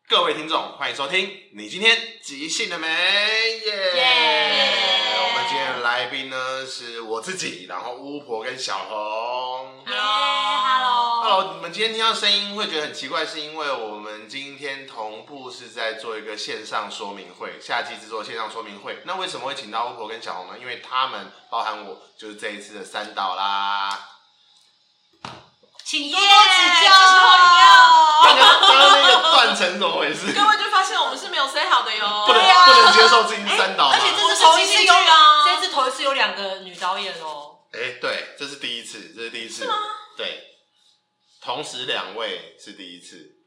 各位听众，欢迎收听。你今天即兴了没？耶！我们今天的来宾呢是我自己，然后巫婆跟小红。Hello， 你们今天听到声音会觉得很奇怪，是因为我们今天同步是在做一个线上说明会，夏季制作线上说明会。那为什么会请到巫婆跟小红呢？因为他们包含我，就是这一次的3导啦。 请多多指教。 刚刚那个断层怎么回事？ 各位就发现我们是没有 say 好的哟， 不能接受自己3导吗？ 而且这是头一次有这次头一次有2个女导演哦。 对，这是第一次， 是吗？ 对，同时2位是第一次。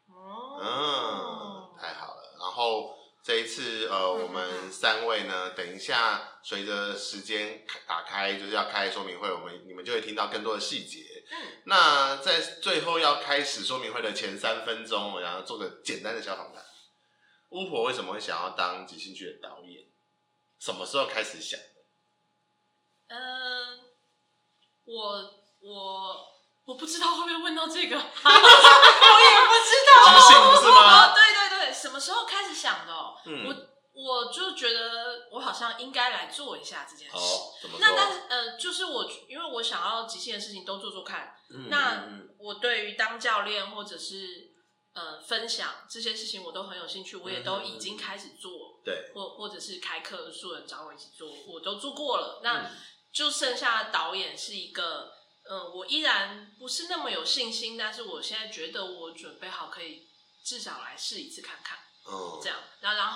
太好了。然后这一次我们3位呢，等一下随着时间打开，就是要开说明会，你们就会听到更多的细节。那在最后要开始说明会的前3分钟，我想要做个简单的小访谈。巫婆为什么会想要当即兴剧的导演？什么时候开始想的？ 我不知道会不会问到这个，我也不知道。 即兴不是吗？ 对，什么时候开始想的？我就觉得我好像应该来做一下这件事。 怎么说？ 那但是就是因为我想要即兴的事情都做做看。那我对于当教练或者是分享这些事情我都很有兴趣，我也都已经开始做。 对， 或者是开课素人找我一起做，我都做过了。那就剩下的导演是一个我依然不是那么有信心，但是我现在觉得我准备好可以至少来试一次看看。这样，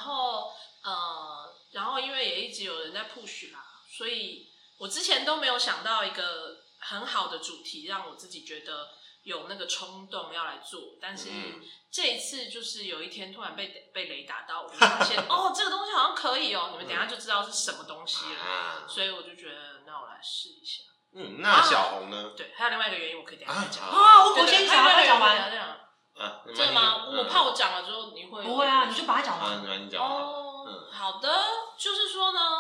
然后因为也一直有人在 push 啦，所以我之前都没有想到一个很好的主题，让我自己觉得有那个冲动要来做。但是这一次就是有一天突然被雷打到，我就发现这个东西好像可以哦，你们等一下就知道是什么东西了。所以我就觉得，那我来试一下。 那小红呢？ 对，还有另外一个原因，我可以等一下再讲。 我先讲，他讲完这样。真的吗？我怕我讲了之后你会不会啊，你就把它讲完。 你讲完。 好的，就是说呢，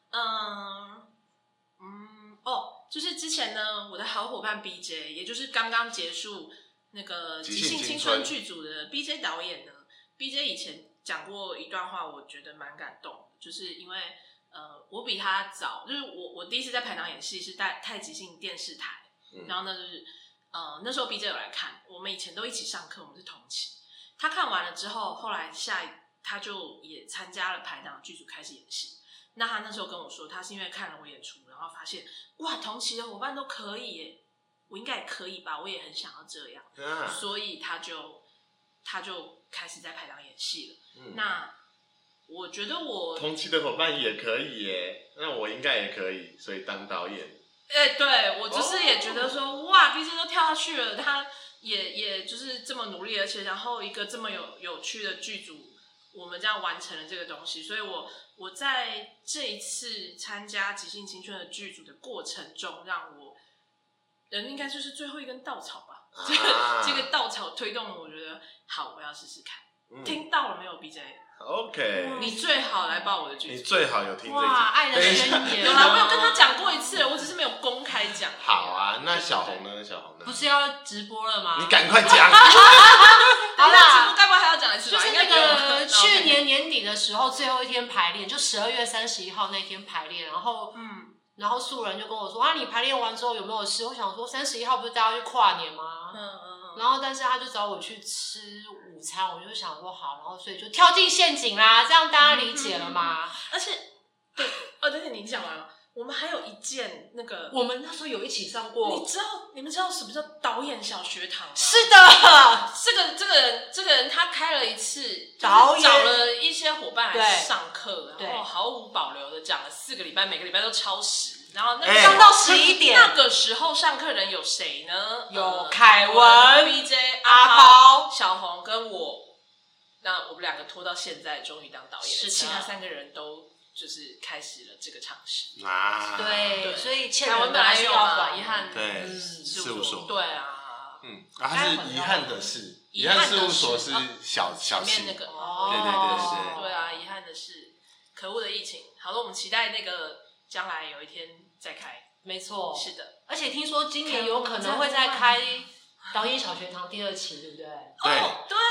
就是之前呢，我的好伙伴 BJ， 也就是刚刚结束那个即兴青春剧组的 BJ 导演呢 ，BJ 以前讲过一段话，我觉得蛮感动的，就是因为我比他早，就是我第一次在排档演戏是在太极兴电视台，然后呢就是那时候 BJ 有来看，我们以前都一起上课，我们是同期。他看完了之后，后来他就也参加了排档剧组开始演戏。那他那时候跟我说，他是因为看了我演出，然后发现哇，同期的伙伴都可以耶，我应该也可以吧，我也很想要这样，所以他就开始在排档演戏了。那我觉得我同期的伙伴也可以耶，那我应该也可以，所以当导演。 对，我就是也觉得说，哇 ，BJ 都跳下去了，他也就是这么努力，而且然后一个这么有趣的剧组，我们这样完成了这个东西，所以我在这一次参加即兴青春的剧组的过程中，让我应该就是最后一根稻草吧，这个稻草推动了，我觉得好，我要试试看。听到了没有 ，BJ？OK， 你最好来报我的剧组， 你最好有听这一集。 哇，爱的宣言。 有啦，我有跟他讲过一次，我只是没有公开讲。 好啊，那小红呢？ 不是要直播了吗？ 你赶快讲。 好啦，直播该不会还要讲一次吧？ 就是那个去年年底的时候，最后一天排练，就12月31号那天排练，然后素人就跟我说你排练完之后有没有事？我想说31号不是大家去跨年吗？然后但是他就找我去吃午餐，我就想说好，然后所以就跳进陷阱啦，这样大家理解了吗？ 而且但是你讲完了，我们还有一件那个， 我们那时候有一起上过。 你们知道什么叫导演小学堂吗？ 是的， 这个人他开了一次导演， 找了一些伙伴来上课，然后毫无保留的讲了4个礼拜，每个礼拜都超时。然后上到11点。 那个时候上课人有谁呢？ 有凯文、 BJ、 阿抛、 小红跟我。那我们2个拖到现在，终于当导演，其他3个人都就是开始了这个尝试。 对，所以凯文本来也有嘛，遗憾事务所。 对啊。 他是遗憾的事，遗憾事务所是小前面那个。对啊，遗憾的事，可恶的疫情。好了，我们期待那个。将来有一天再开， 没错， 是的。 而且听说今年有可能会再开导演小学堂第2期，对不对？ 对， 所以欢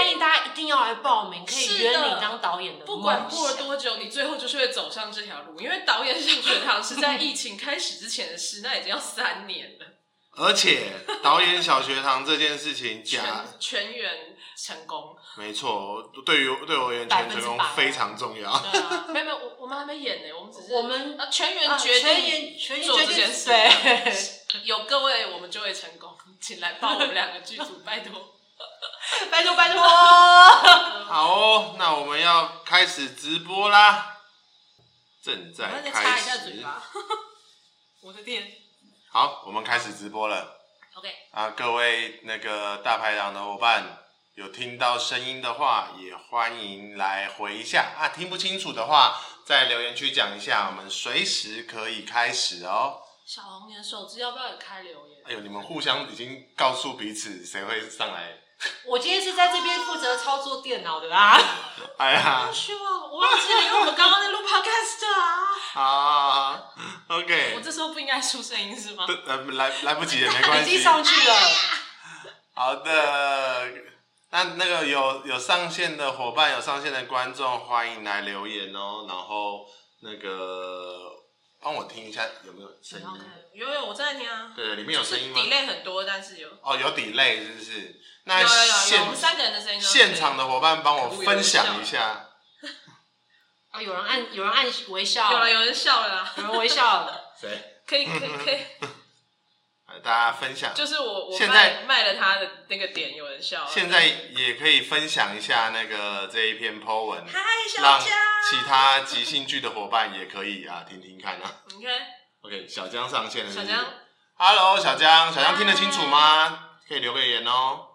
欢迎大家一定要来报名，可以约你当导演的梦想。 不管过了多久，你最后就是会走上这条路，因为导演小学堂是在疫情开始之前的事，那已经要3年了。 而且导演小学堂这件事情全员成功， 没错，对我而言全成功非常重要。 对啊，没有，我们还没演呢，我们只是全员决定做这件事。对，有各位我们就会成功，请来报我们2个剧组，拜托， 拜托拜托。 好哦，那我们要开始直播啦，正在开始。 擦一下嘴巴，我的天。 好，我们开始直播了。 OK 啊，各位那个大排档的伙伴，有听到声音的话，也欢迎来回一下啊。听不清楚的话，在留言区讲一下，我们随时可以开始哦。 小红，你的手机要不要也开留言？ 哎呦，你们互相已经告诉彼此谁会上来。 我今天是在这边负责操作电脑的啦。 哎呀， 我忘记了，因为我们刚刚在录 podcast 啊。 好 ，OK。 我这时候不应该出声音是吗？ 来不及也没关系。 已经上去了。 好的，那个有上线的伙伴，有上线的观众，欢迎来留言哦。然后那个帮我听一下有没有声音？ 有，我在听啊。 对，里面有声音吗 ？delay 很多，但是有。 哦，有 delay 是不是？那有，我们3个人的声音。 现场的伙伴帮我分享一下。 啊，有人按微笑。 有人笑了啦。 有人微笑了。 谁？ 可以。 大家分享。 就是我现在卖了他的那个点，有人笑了。 现在也可以分享一下那个这一篇 po 文， 嗨，小让江。 其他即兴剧的伙伴也可以听听看啊。OK， 小江上线了是不是。 小江 ，Hello， 小江听得清楚吗？可以留个言哦。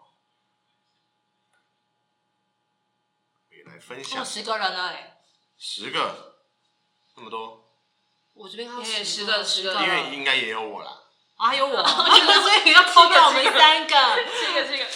可以来分享。 10个人了 10个，那么多。 我这边看到 10个， 因为应该也有我啦。 还有我，所以要扣掉我们3个。 这个。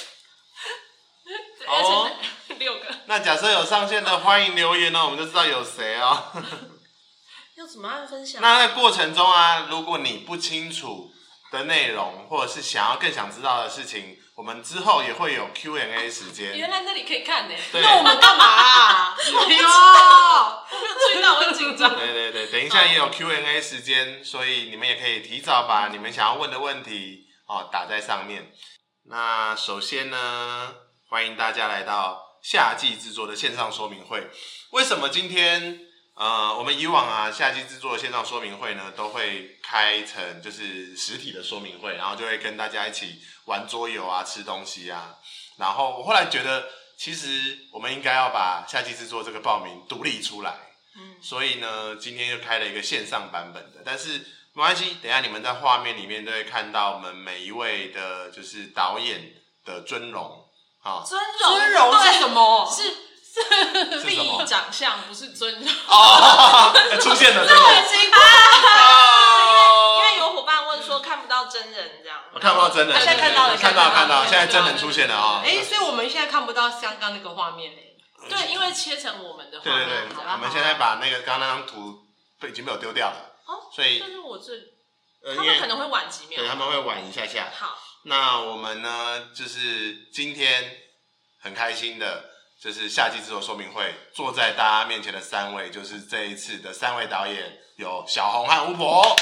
哦 ，6个。 那假设有上线的，欢迎留言哦，我们就知道有谁哦。 要怎么按分享？ 那在过程中如果你不清楚的内容，或者是更想知道的事情，我们之后也会有 Q&A 时间。 原来那里可以看呢。 那我们干嘛啊？ 我没有注意到，我很紧张。 对，等一下也有 Q&A 时间，所以你们也可以提早把你们想要问的问题打在上面。那首先呢，欢迎大家来到夏季制作的线上说明会。为什么今天我们以往夏季制作的线上说明会呢，都会开成就是实体的说明会，然后就会跟大家一起玩桌游吃东西然后我后来觉得，其实我们应该要把夏季制作这个报名独立出来。所以呢，今天又开了一个线上版本的，但是没关系，等一下你们在画面里面都会看到我们每一位的就是导演的尊容尊容是什么？ 是利益长相，不是尊容。 出现了， 这很奇怪。 因为有伙伴问说看不到真人这样。 我看不到真人， 现在看到了， 看到，现在真人出现了所以我们现在看不到刚刚那个画面对，因为切成我们的画面。 对，我们现在把那个刚刚那张图已经被我丢掉了。所以但是他们可能会晚几秒。 对，他们会晚一下。 好， 那我们呢，就是今天很开心的，就是夏季制作说明会，坐在大家面前的3位，就是这一次的3位导演，有小红和巫婆。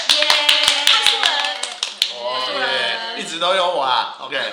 一直都有我OK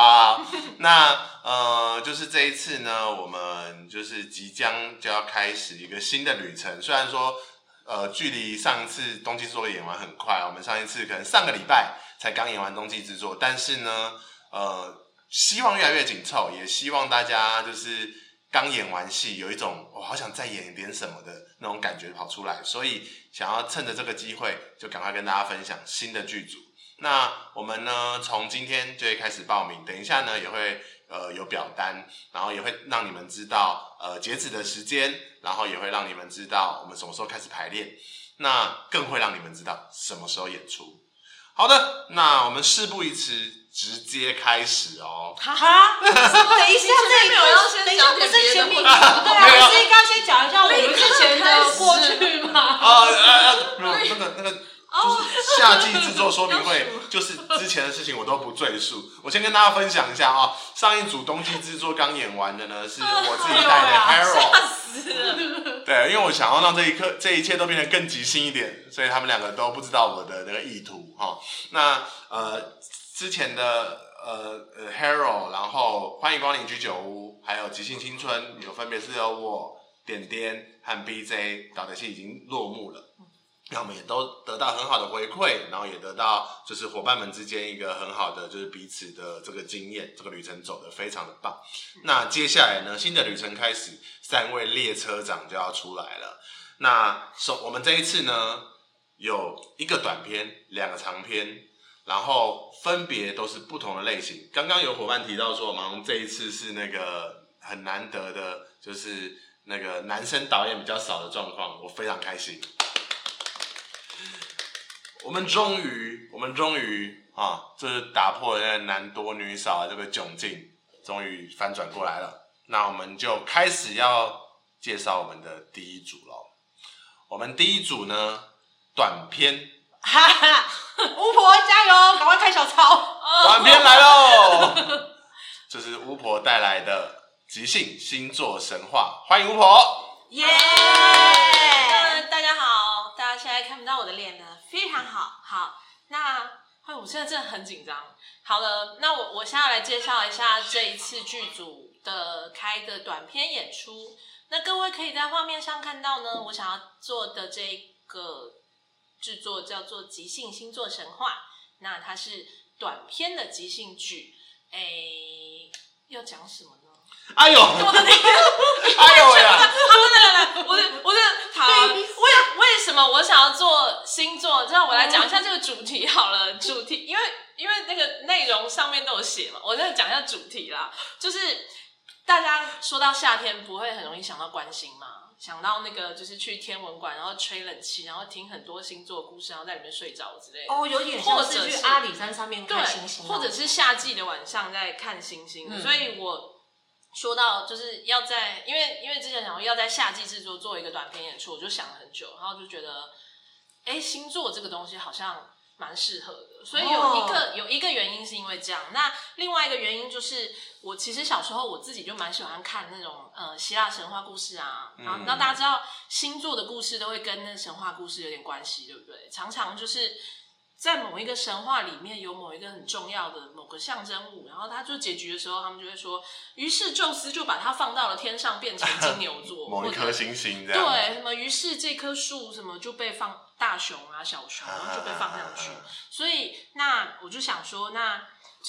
那就是这一次呢，我们就是即将就要开始一个新的旅程。虽然说距离上次冬季制作演完很快，我们上一次可能上个礼拜才刚演完冬季制作，但是呢希望越来越紧凑，也希望大家就是刚演完戏有一种好想再演一点什么的那种感觉跑出来，所以想要趁着这个机会就赶快跟大家分享新的剧组。那我们呢从今天就会开始报名，等一下呢也会有表单，然后也会让你们知道截止的时间，然后也会让你们知道我们什么时候开始排练，那更会让你们知道什么时候演出。好的，那我们事不宜迟，直接开始哦。 等一下， 这没有要先讲不是前面对啊， 不是应该先讲一下我们之前的过去吗？ 没有那个就是夏季制作说明会就是之前的事情，我都不赘述。我先跟大家分享一下啊，上一组冬季制作刚演完的呢，是我自己带的 Harold， 吓死了。 对，因为我想要让这一切都变得更即兴一点，所以他们两个都不知道我的那个意图哈。那之前的Harold， 然后欢迎光临居酒屋，还有即兴青春，分别是由我点点和 BJ 导的戏已经落幕了。那我们也都得到很好的回馈，然后也得到就是伙伴们之间一个很好的就是彼此的这个经验，这个旅程走得非常的棒。那接下来呢，新的旅程开始，3位列车长就要出来了。那我们这一次呢，有1个短篇，2个长篇，然后分别都是不同的类型。刚刚有伙伴提到说，我们这一次是那个很难得的，就是那个男生导演比较少的状况，我非常开心。我们终于啊，就是打破了那个男多女少的这个窘境，终于翻转过来了。那我们就开始要介绍我们的第一组咯。我们第一组呢，短篇， 哈哈，巫婆加油，赶快开小抄， 短篇来喽！这是巫婆带来的即兴星座神话，欢迎巫婆。 耶！大家好，大家现在看不到我的脸了，非常好。好，那我现在真的很紧张。好了，那我现在来介绍一下这一次剧组的开的短篇演出。那各位可以在画面上看到呢，我想要做的这个制作叫做即兴星座神话。那它是短篇的即兴剧，要讲什么呢？ 哎呦， 我的天！ 哎呦呀！ 来，我好，为什么我想要做星座？让我来讲一下这个主题好了。主题，因为那个内容上面都有写嘛，我再讲一下主题啦。就是大家说到夏天，不会很容易想到观星嘛？想到那个就是去天文馆，然后吹冷气，然后听很多星座故事，然后在里面睡着之类的。 哦，有点像是去阿里山上面看星星， 或者是夏季的晚上在看星星。所以我说到就是要在，因为之前想说要在夏季制作做一个短篇演出，我就想了很久，然后就觉得，星座这个东西好像蛮适合的，所以有一个原因是因为这样。那另外一个原因就是，我其实小时候我自己就蛮喜欢看那种希腊神话故事啊，然后大家知道星座的故事都会跟那神话故事有点关系，对不对？常常就是在某一个神话里面有某一个很重要的某个象征物，然后他就结局的时候，他们就会说，于是宙斯就把它放到了天上，变成金牛座， 某一颗星星这样。 对，什么于是这棵树什么就被放大熊啊、小熊，然后就被放上去。所以那我就想说，那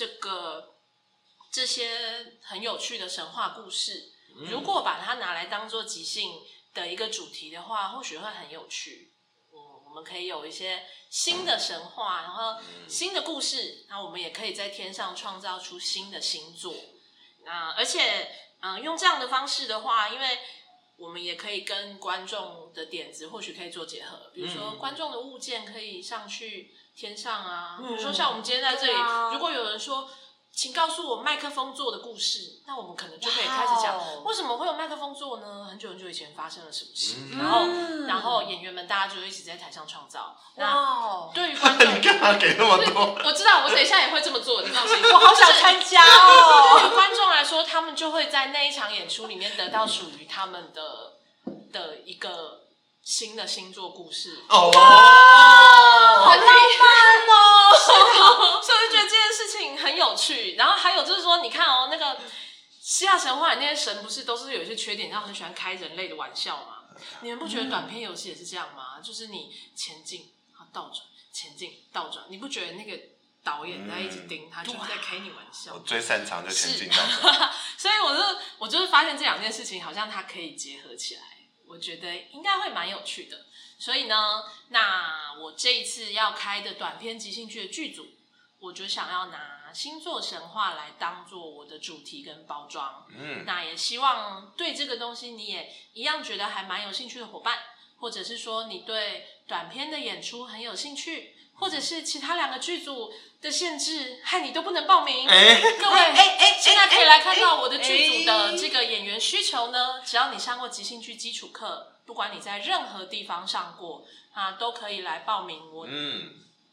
这些很有趣的神话故事，如果把它拿来当做即兴的一个主题的话，或许会很有趣。我们可以有一些新的神话，然后新的故事，那我们也可以在天上创造出新的星座。那而且，用这样的方式的话，因为我们也可以跟观众的点子或许可以做结合，比如说观众的物件可以上去天上啊，比如说像我们今天在这里，如果有人说，请告诉我麦克风座的故事，那我们可能就可以开始讲为什么会有麦克风座呢？很久很久以前发生了什么事，然后演员们大家就一起在台上创造。那对于观众， 你干嘛给那么多？ 我知道，我等一下也会这么做，你放心。 我好想参加哦！ 对于观众来说，他们就会在那一场演出里面得到属于他们的一个新的星座故事。 哦， 好浪漫哦！ 所以我就觉得这件事情很有趣。然后还有就是说，你看哦，那个希腊神话里那些神不是都是有一些缺点，然后很喜欢开人类的玩笑吗？你们不觉得短篇游戏也是这样吗？就是你前进，倒转，前进，倒转，你不觉得那个导演在一直盯他，就是在开你玩笑？ 我最擅长就前进倒转。 所以我就是发现这两件事情好像它可以结合起来，我觉得应该会蛮有趣的。所以呢，那我这一次要开的短篇即兴剧的剧组，我就想要拿星座神话来当做我的主题跟包装。那也希望对这个东西你也一样觉得还蛮有兴趣的伙伴，或者是说你对短篇的演出很有兴趣，或者是其他2个剧组的限制害你都不能报名，各位现在可以来看到我的剧组的这个演员需求呢，只要你上过即兴剧基础课，不管你在任何地方上过都可以来报名我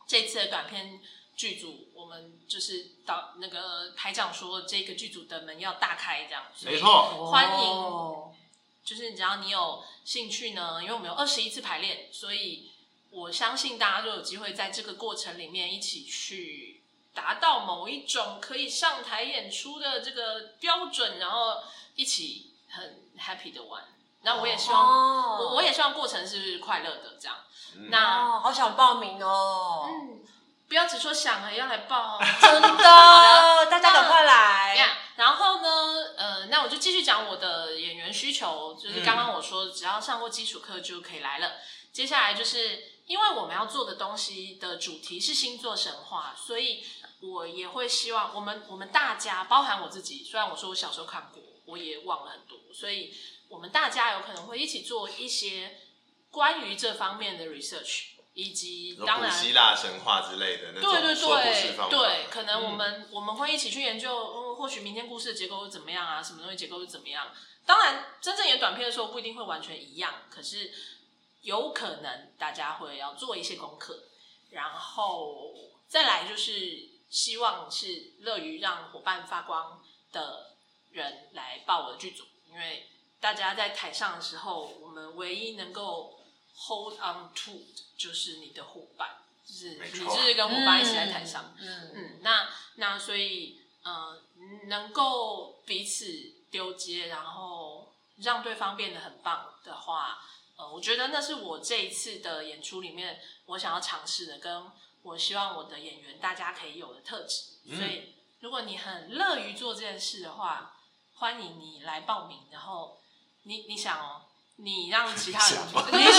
这次的短片剧组，我们就是到那个台长说，这个剧组的门要大开，这样， 没错， 欢迎。就是只要你有兴趣呢，因为我们有21次排练，所以我相信大家都有机会在这个过程里面一起去达到某一种可以上台演出的这个标准，然后一起很 happy 的玩。那我也希望，我也希望过程是快乐的这样。那好想报名哦。 不要只说想了，要来报， 真的，大家赶快来。 然后呢，那我就继续讲我的演员需求，就是刚刚我说，只要上过基础课就可以来了。接下来就是因为我们要做的东西的主题是星座神话，所以我也会希望我们大家，包含我自己，虽然我说我小时候看过，我也忘了很多，所以我们大家有可能会一起做一些关于这方面的 research。以及当然希腊神话之类的那种说故事方法， 对，可能我们会一起去研究，或许民间故事的结构是怎么样啊，什么东西结构是怎么样。当然，真正演短片的时候不一定会完全一样，可是有可能大家会要做一些功课，然后再来就是希望是乐于让伙伴发光的人来报我的剧组，因为大家在台上的时候，我们唯一能够 hold on to 就是你的伙伴，就是你就是跟伙伴一起在台上，那所以能够彼此丢接，然后让对方变得很棒的话，我觉得那是我这一次的演出里面我想要尝试的，跟我希望我的演员大家可以有的特质。所以如果你很乐于做这件事的话，欢迎你来报名。然后你想哦。你让其他人，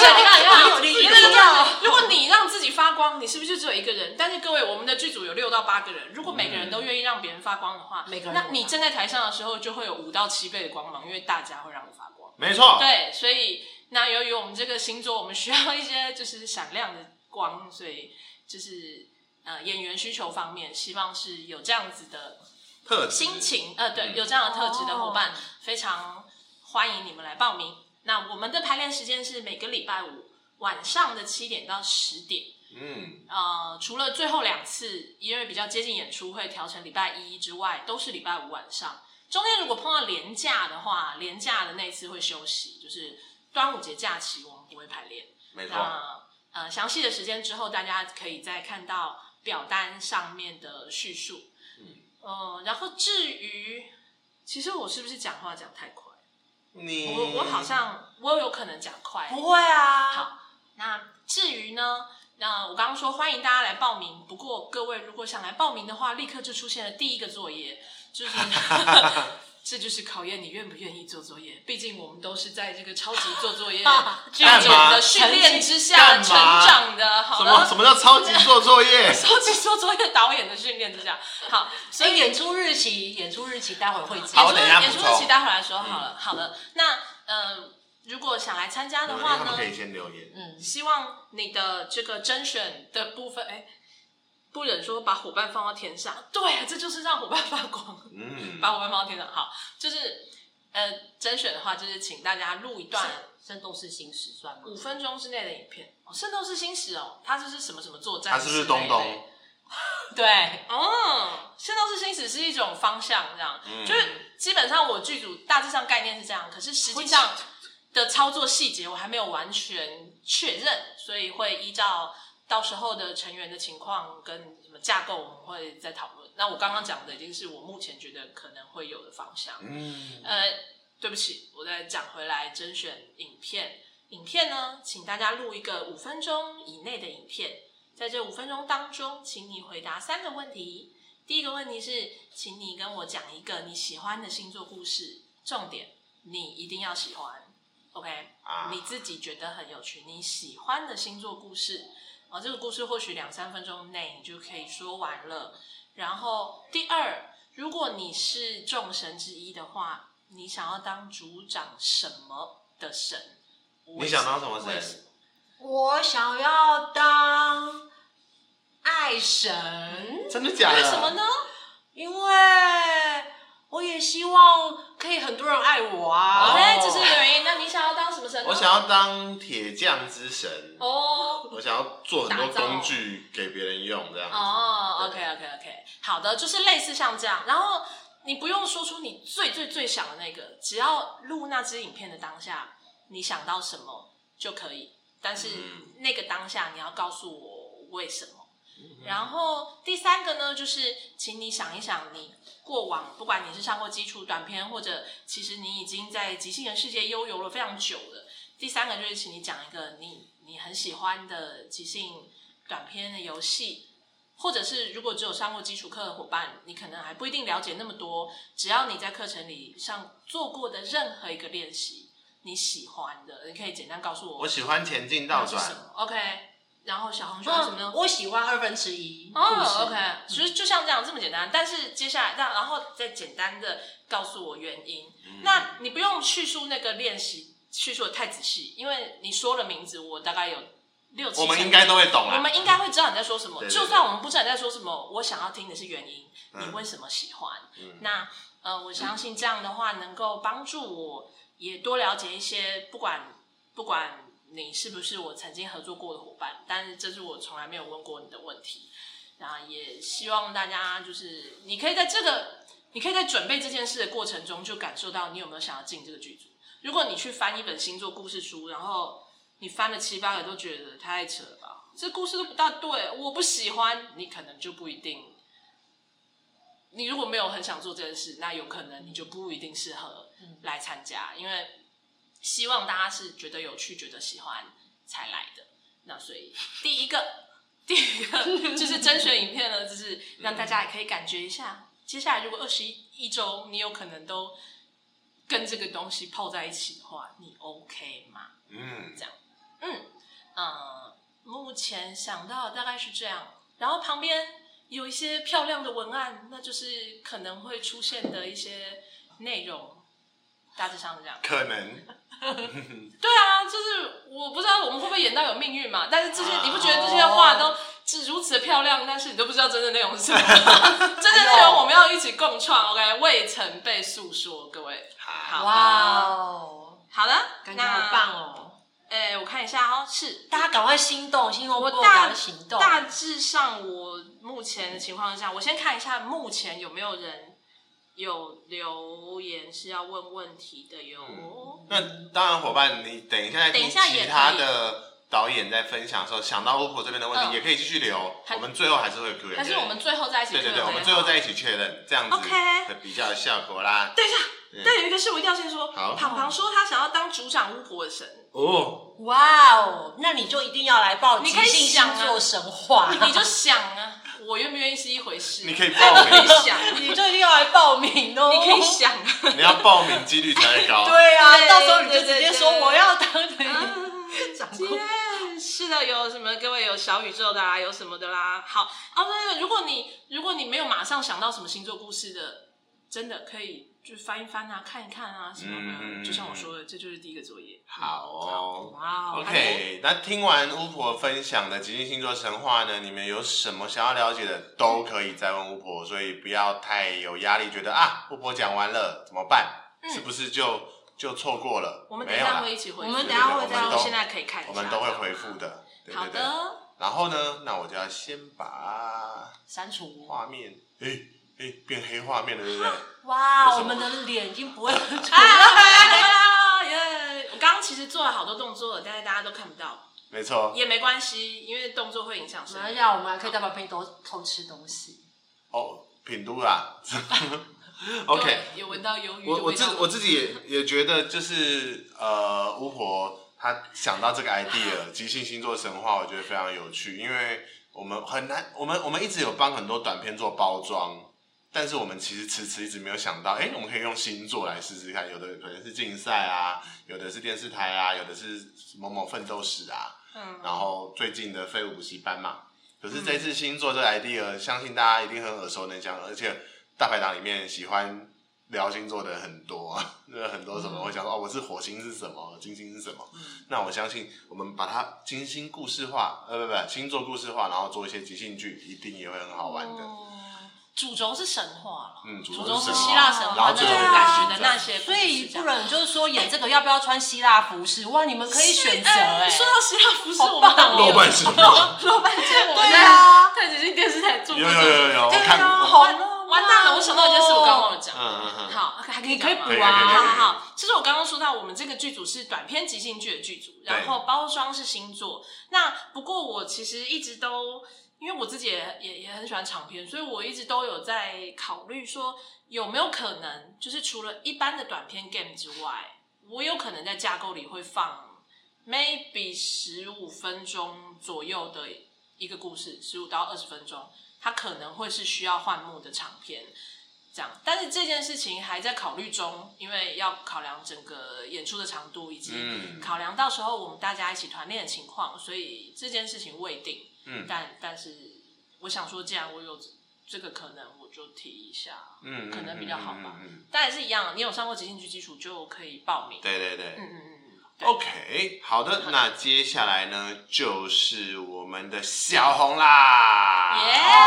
如果你让自己发光，你是不是就只有一个人？但是各位，我们的剧组有6到8个人，如果每个人都愿意让别人发光的话，那你站在台上的时候就会有5到7倍的光芒，因为大家会让你发光。 没错， 对，所以那由于我们这个星座，我们需要一些就是闪亮的光，所以就是演员需求方面，希望是有这样子的特质心情，对，有这样的特质的伙伴，非常欢迎你们来报名。那我们的排练时间是每个礼拜五晚上的7点到10点。除了最后2次因为比较接近演出会调成礼拜1之外，都是礼拜五晚上。中间如果碰到连假的话，连假的那次会休息，就是端午节假期我们不会排练。 没错。 那详细的时间之后，大家可以再看到表单上面的叙述。然后至于，其实我是不是讲话讲太快？我好像我有可能讲快， 不会啊。 好，那至于呢，我刚刚说欢迎大家来报名，不过各位如果想来报名的话，立刻就出现了第一个作业，就是这就是考验你愿不愿意做作业。毕竟我们都是在这个超级做作业剧组的训练之下成长的。好了， 什么叫超级做作业？ 超级做作业导演的训练之下。好， 所以演出日期待会会好，等一下演出日期待会来说好了。好了，那如果想来参加的话呢， 他们可以先留言。 希望你的这个甄选的部分，不忍说把伙伴放到天上，对，这就是让伙伴发光。把伙伴放到天上，好，就是甄选的话，就是请大家录一段 《圣斗士星矢》算吗 ？5分钟之内的影片。圣斗士星矢哦，它就是什么什么作战？ 它是不是东东？ 对， 圣斗士星矢是一种方向，这样，就是基本上我剧组大致上概念是这样，可是实际上的操作细节我还没有完全确认，所以会依照到时候的成员的情况跟什么架构，我们会再讨论。那我刚刚讲的已经是我目前觉得可能会有的方向。对不起，我再讲回来，甄选影片。影片呢，请大家录一个5分钟以内的影片，在这5分钟当中，请你回答3个问题。第一个问题是，请你跟我讲一个你喜欢的星座故事，重点你一定要喜欢 ，OK？你自己觉得很有趣，你喜欢的星座故事，这个故事或许2-3分钟内你就可以说完了。然后第二，如果你是众神之一的话，你想要当主掌什么的神？ 你想当什么神？ 我想要当爱神。 真的假的？ 为什么呢？ 因为我也希望可以很多人爱我啊。 这是一个原因。那你想要当什么么神呢？ 我想要当铁匠之神哦， 我想要做很多工具给别人用，这样子。 哦 ，OK， 好的，就是类似像这样，然后你不用说出你最想的那个，只要录那支影片的当下，你想到什么就可以，但是那个当下你要告诉我为什么。然后第三个呢，就是请你想一想，你过往不管你是上过基础短篇，或者其实你已经在即兴人世界悠游了非常久了。第三个就是请你讲一个你很喜欢的即兴短篇的游戏，或者是如果只有上过基础课的伙伴，你可能还不一定了解那么多，只要你在课程里上做过的任何一个练习，你喜欢的，你可以简单告诉我。 我喜欢前进倒转。 OK。然后小红喜欢什么呢？ 我喜欢1/2。 哦 ，OK， 其实就像这样这么简单。但是接下来，然后再简单的告诉我原因。那你不用叙述那个练习，叙述的太仔细，因为你说了名字，我大概有6-7成， 我们应该都会懂啦。 我们应该会知道你在说什么。 对就算我们不知道你在说什么，我想要听的是原因，你为什么喜欢？那我相信这样的话能够帮助我也多了解一些，不管你是不是我曾经合作过的伙伴，但是这是我从来没有问过你的问题。那也希望大家就是你可以在准备这件事的过程中，就感受到你有没有想要进这个剧组。如果你去翻一本星座故事书，然后你翻了7-8个都觉得太扯了吧，这故事都不大对，我不喜欢，你可能就不一定。你如果没有很想做这件事，那有可能你就不一定适合来参加，因为希望大家是觉得有趣、觉得喜欢才来的。那所以第一个就是甄选影片呢，就是让大家也可以感觉一下，接下来如果21周你有可能都跟这个东西泡在一起的话，你 OK 吗？这样，目前想到的大概是这样，然后旁边有一些漂亮的文案，那就是可能会出现的一些内容，大致上是这样。 可能。 对啊，就是我不知道我们会不会演到有命运嘛，但是这些你不觉得这些话都是如此的漂亮，但是你都不知道真正内容是什么？真正内容我们要一起共创 ，OK？ 未曾被诉说，各位。好， 哇哦， 好的， 感觉好棒哦。 我看一下哦，是大家赶快心动， 我赶快行动。 大致上我目前的情况是这样，我先看一下目前有没有人有留言是要问问题的哟。 那当然，伙伴，你等一下听其他的导演在分享的时候，想到巫婆这边的问题，也可以继续留。我们最后还是会 Q&A， 还是我们最后在一起确认？ 对，我们最后在一起确认，这样子会比较有效果啦。 等一下，但有一个事我一定要先说。庞庞说他想要当主掌巫婆的神。 哦， 哇哦，那你就一定要来报即兴星座神话， 你就想啊，我愿不愿意是一回事。 你可以报名， 你就一定要来报名哦。 你可以想， 你要报名几率才会高。 对啊，到时候你就直接说我要当掌控。 是的，有什么各位有小宇宙的啦，有什么的啦。好，对，如果你没有马上想到什么星座故事的，真的可以就翻一翻啊，看一看啊，什么的。就像我说的，这就是第一个作业。 好哦， 哇 ，OK。那听完巫婆分享的即兴星座神话呢，你们有什么想要了解的，都可以再问巫婆，所以不要太有压力，觉得巫婆讲完了怎么办？是不是就错过了？ 我们等一下会一起回复， 我们等一下会在现在可以看一下， 我们都会回复的。对。 好的。 然后呢，那我就要先把删除画面，变黑画面了，对不对？ 哇，我们的脸已经不会很出我刚刚其实做了好多动作，但是大家都看不到。 没错， 也没关系，因为动作会影响声音。 等一下，我们还可以在旁边偷吃东西。 品都啦。OK， 有闻到鱿鱼的味道。 我自己也觉得，就是巫婆她想到这个 idea 即兴星座神话，我觉得非常有趣，因为我们很难，我们一直有帮很多短片做包装，但是我们其实迟迟一直没有想到，我们可以用星座来试试看，有的可能是竞赛啊，有的是电视台啊，有的是某某奋斗史啊，然后最近的废物补习班嘛。可是这次星座这个 idea，相信大家一定很耳熟能详，而且大排档里面喜欢聊星座的人很多啊，很多什么会讲说我是火星是什么，金星是什么。那我相信我们把它金星故事化，星座故事化，然后做一些即兴剧，一定也会很好玩的。 主轴是神话， 主轴是希腊神话的感觉的那些， 所以不然就是说演这个要不要穿希腊服饰？哇，你们可以选择说到希腊服饰，我们肉瓣是肉瓣节，我们在太子星电视台做过， 有，我看好完蛋了，我想到一件事，我刚忘了讲。好，还你可以补啊。好，其实我刚刚说到，我们这个剧组是短篇即兴剧的剧组，然后包装是星座。那不过我其实一直都，因为我自己也很喜欢长篇，所以我一直都有在考虑说，有没有可能，就是除了一般的短篇 game 之外，我有可能在架构里会放 maybe 15分钟左右的一个故事，15到20分钟。它可能会是需要换幕的长篇，这样，但是这件事情还在考虑中，因为要考量整个演出的长度，以及考量到时候我们大家一起团练的情况，所以这件事情未定。但是我想说，既然我有这个可能，我就提一下，可能比较好吧。但也是一样，你有上过即兴剧基础就可以报名。 对。OK， 好的，那接下来呢就是我们的小红啦！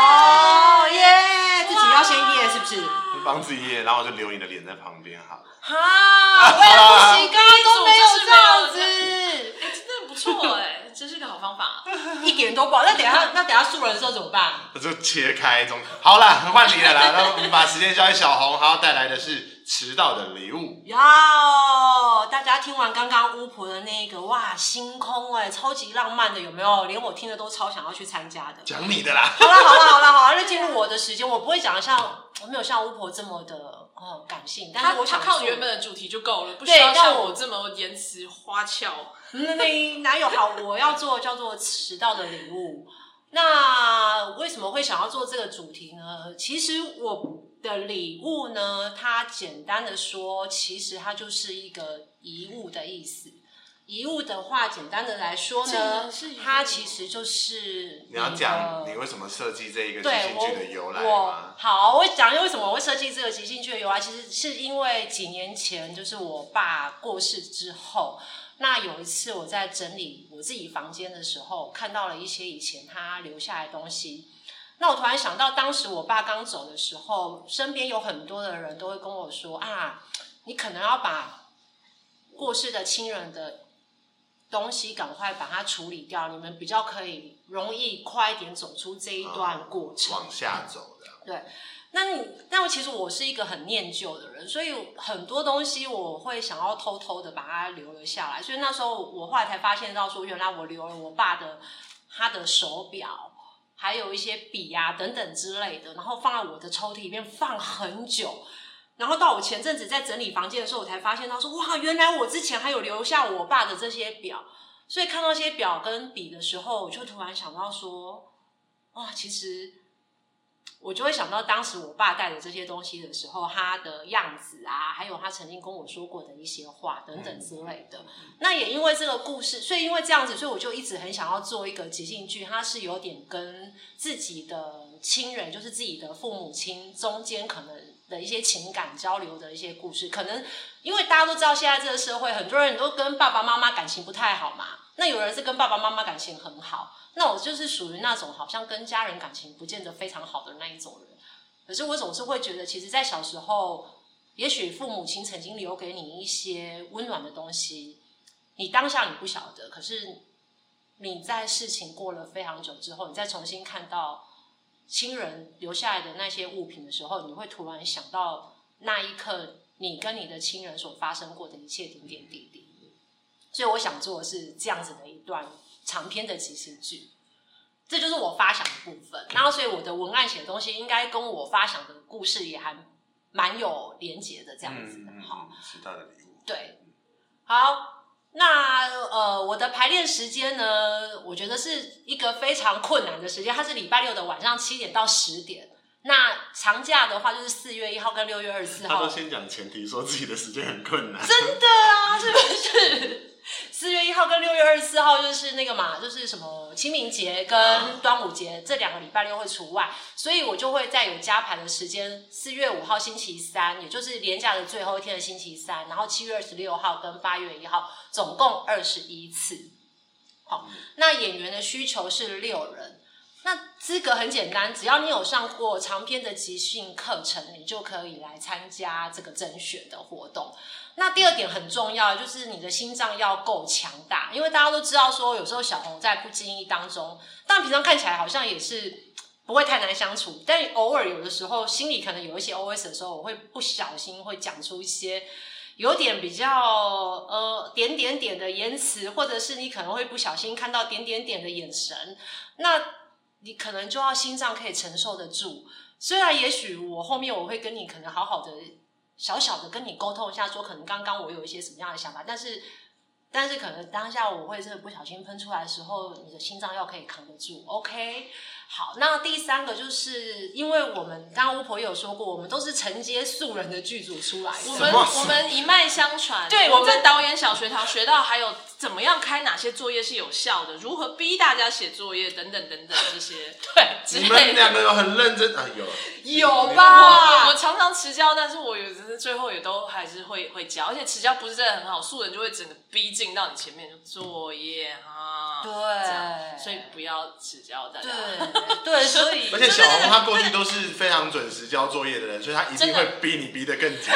自己要先耶是不是？ 帮自己耶，然后我就留你的脸在旁边好了。 我也不行，刚刚都没有这样子， 真的不错真是个好方法， 一点都不好。那等一下素人的时候怎么办？ 我就切开中。好啦，换你了啦，那我们把时间交给小红，还要带来的是迟到的礼物。 大家听完刚刚巫婆的那个哇，星空超级浪漫的，有没有？连我听的都超想要去参加的。 讲你的啦。 好了，那进入我的时间，我不会讲的我没有像巫婆这么的感性，但是我想靠原本的主题就够了，不需要像我这么言辞花俏。 哪有好？我要做叫做迟到的礼物。那为什么会想要做这个主题呢？其实我的礼物呢，它简单的说，其实它就是一个遗物的意思。遗物的话，简单的来说呢，它其实就是你要讲你为什么设计这一个即兴剧的由来吗？ 好，我讲为什么我会设计这个即兴剧的由来，其实是因为几年前，就是我爸过世之后。那有一次我在整理我自己房间的时候，看到了一些以前他留下来的东西。那我突然想到，当时我爸刚走的时候，身边有很多的人都会跟我说你可能要把过世的亲人的东西赶快把它处理掉，你们比较可以容易快一点走出这一段过程， 往下走的。 对。但其实我是一个很念旧的人，所以很多东西我会想要偷偷的把它留了下来。所以那时候我后来才发现到说，原来我留了我爸他的手表，还有一些笔等等之类的，然后放在我的抽屉里面放很久。然后到我前阵子在整理房间的时候，我才发现到说，哇，原来我之前还有留下我爸的这些表。所以看到这些表跟笔的时候，我就突然想到说，哇，其实我就会想到当时我爸带着这些东西的时候，他的样子还有他曾经跟我说过的一些话等等之类的。那也因为这个故事，所以因为这样子，所以我就一直很想要做一个即兴剧，它是有点跟自己的亲人，就是自己的父母亲中间可能的一些情感交流的一些故事。可能因为大家都知道现在这个社会很多人都跟爸爸妈妈感情不太好嘛，那有人是跟爸爸妈妈感情很好，那我就是属于那种好像跟家人感情不见得非常好的那一种人。可是我总是会觉得，其实在小时候，也许父母亲曾经留给你一些温暖的东西，你当下你不晓得，可是你在事情过了非常久之后，你再重新看到亲人留下来的那些物品的时候，你会突然想到那一刻你跟你的亲人所发生过的一切点点滴滴。所以我想做的是这样子的一段长篇的即兴剧，这就是我发想的部分。然后所以我的文案写的东西应该跟我发想的故事也还蛮有连结的，这样子。好， 迟到的礼物。 对，好，那我的排练时间呢，我觉得是一个非常困难的时间，它是礼拜六的晚上7点到10点。那长假的话就是4月1号跟6月24号。 他都先讲前提，说自己的时间很困难。 真的啊，是不是？4月1号跟6月24号就是那个嘛，就是什么清明节跟端午节这2个礼拜六会除外，所以我就会在有加排的时间，4月5号星期三，也就是连假的最后一天的星期三，然后7月26号跟8月1号，总共21次。好，那演员的需求是6人。 那资格很简单，只要你有上过长篇的即兴课程，你就可以来参加这个甄选的活动。那第二点很重要，就是你的心脏要够强大，因为大家都知道说，有时候小红在不经意当中，当然平常看起来好像也是不会太难相处，但偶尔有的时候心里可能有一些 OS 的时候，我会不小心会讲出一些有点比较点点点的言辞，或者是你可能会不小心看到点点点的眼神，那你可能就要心脏可以承受得住。虽然也许我后面我会跟你可能好好的小小的跟你沟通一下，说可能刚刚我有一些什么样的想法，但是可能当下我会真的不小心喷出来的时候，你的心脏要可以扛得住 OK。 好，那第三个就是因为我们刚刚巫婆也有说过，我们都是承接素人的剧组出来的， 我们一脉相传， 对， 我们在导演小学堂学到还有怎么样开哪些作业是有效的，如何逼大家写作业等等等等这些。 对， 你们两个有很认真啊？ 有吧？ 我常常迟交，但是我有最后也都还是会交，而且迟交不是真的很好，素人就会整个逼近到你前面就作业啊， 对， 所以不要迟交，大家对，所以而且小红她过去都是非常准时交作业的人，所以她一定会逼你逼得更紧。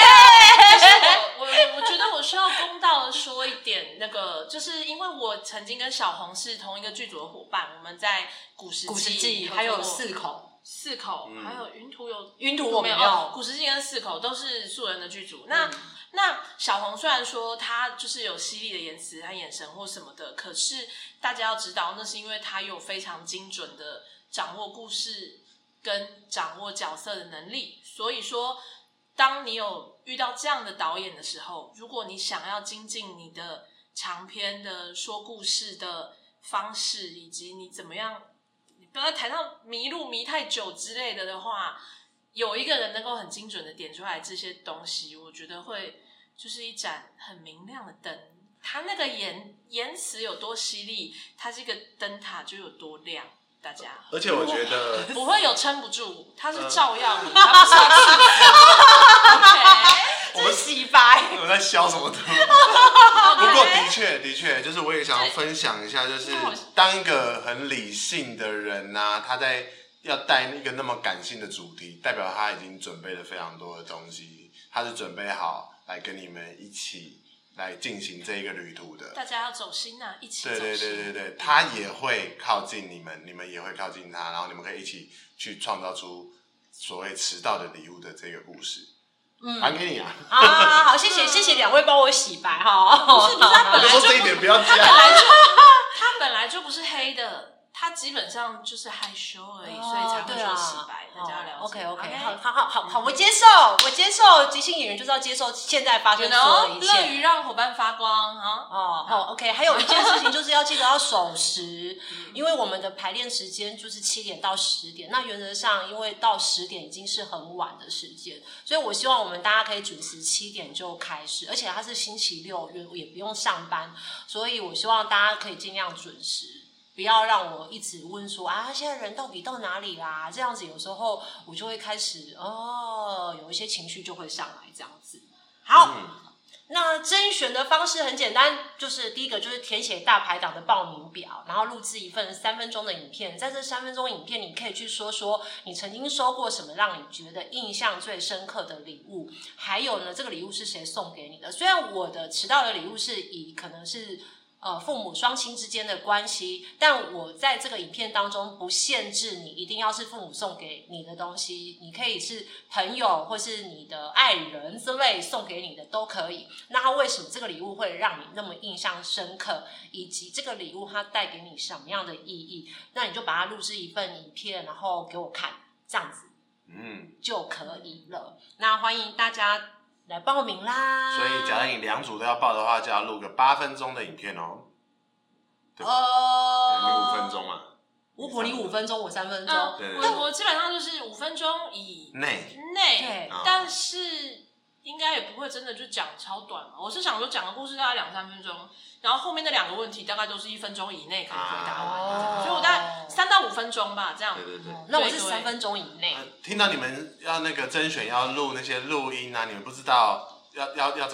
我觉得我需要公道的说一点，那个就是因为我曾经跟小红是同一个剧组的伙伴，我们在古时记还有四口， 还有云图我没有，古时记跟四口都是素人的剧组。那小红虽然说她就是有犀利的言辞和眼神或什么的，可是大家要知道，那是因为她有非常精准的掌握故事跟掌握角色的能力。所以说，当你有遇到这样的导演的时候，如果你想要精进你的长篇的说故事的方式，以及你怎么样，你不要在台上迷太久之类的话，有一个人能够很精准的点出来这些东西，我觉得会就是一盏很明亮的灯。他那个言辞有多犀利，他这个灯塔就有多亮。大家， 而且我觉得不会有撑不住，他是照耀你，他不是要刺激。 我们洗白， 我在笑什么的？不过的确，就是我也想要分享一下，就是当一个很理性的人啊，他在要带一个那么感性的主题，代表他已经准备了非常多的东西，他是准备好来跟你们一起来进行这一个旅途的。 大家要走心啊，一起走心。对，他也会靠近你们，你们也会靠近他，然后你们可以一起去创造出所谓迟到的礼物的这个故事。还给你啊！ 好，谢谢两位帮我洗白哈。 不是，他本来就说这一点不要加。 他本来就不是黑的。他基本上就是害羞而已，所以才会说洗白，大家了解。 OK， 好，我接受，即兴演员就是要接受现在发生所有的一切， 乐于让伙伴发光啊。 OK， 还有一件事情就是要记得要守时，因为我们的排练时间就是7点到10点，那原则上因为到10点已经是很晚的时间，所以我希望我们大家可以准时7点就开始，而且它是星期六，也不用上班，所以我希望大家可以尽量准时。不要让我一直问说现在人到底到哪里啦？这样子有时候我就会开始有一些情绪就会上来这样子。好，那甄选的方式很简单，就是第一个就是填写大排档的报名表，然后录制一份3分钟的影片。在这3分钟影片，你可以去说你曾经收过什么让你觉得印象最深刻的礼物，还有呢，这个礼物是谁送给你的？虽然我的迟到的礼物是以可能是父母双亲之间的关系，但我在这个影片当中不限制你一定要是父母送给你的东西，你可以是朋友或是你的爱人之类送给你的都可以。那他为什么这个礼物会让你那么印象深刻，以及这个礼物它带给你什么样的意义，那你就把它录制一份影片然后给我看，这样子就可以了。那欢迎大家来报名啦！ 所以假如你2组都要报的话，就要录个8分钟的影片哦。对吧？你5分钟嘛。 你5分钟，我3分钟。 我基本上就是5分钟以内，但是应该也不会真的就讲超短嘛。我是想说讲个故事大概2-3分钟，然后后面那2个问题大概都是1分钟以内可以回答完，所以我大概3到5分钟吧，这样。 对。 那我是3分钟以内。听到你们要那个甄选要录那些录音啊，你们不知道要怎么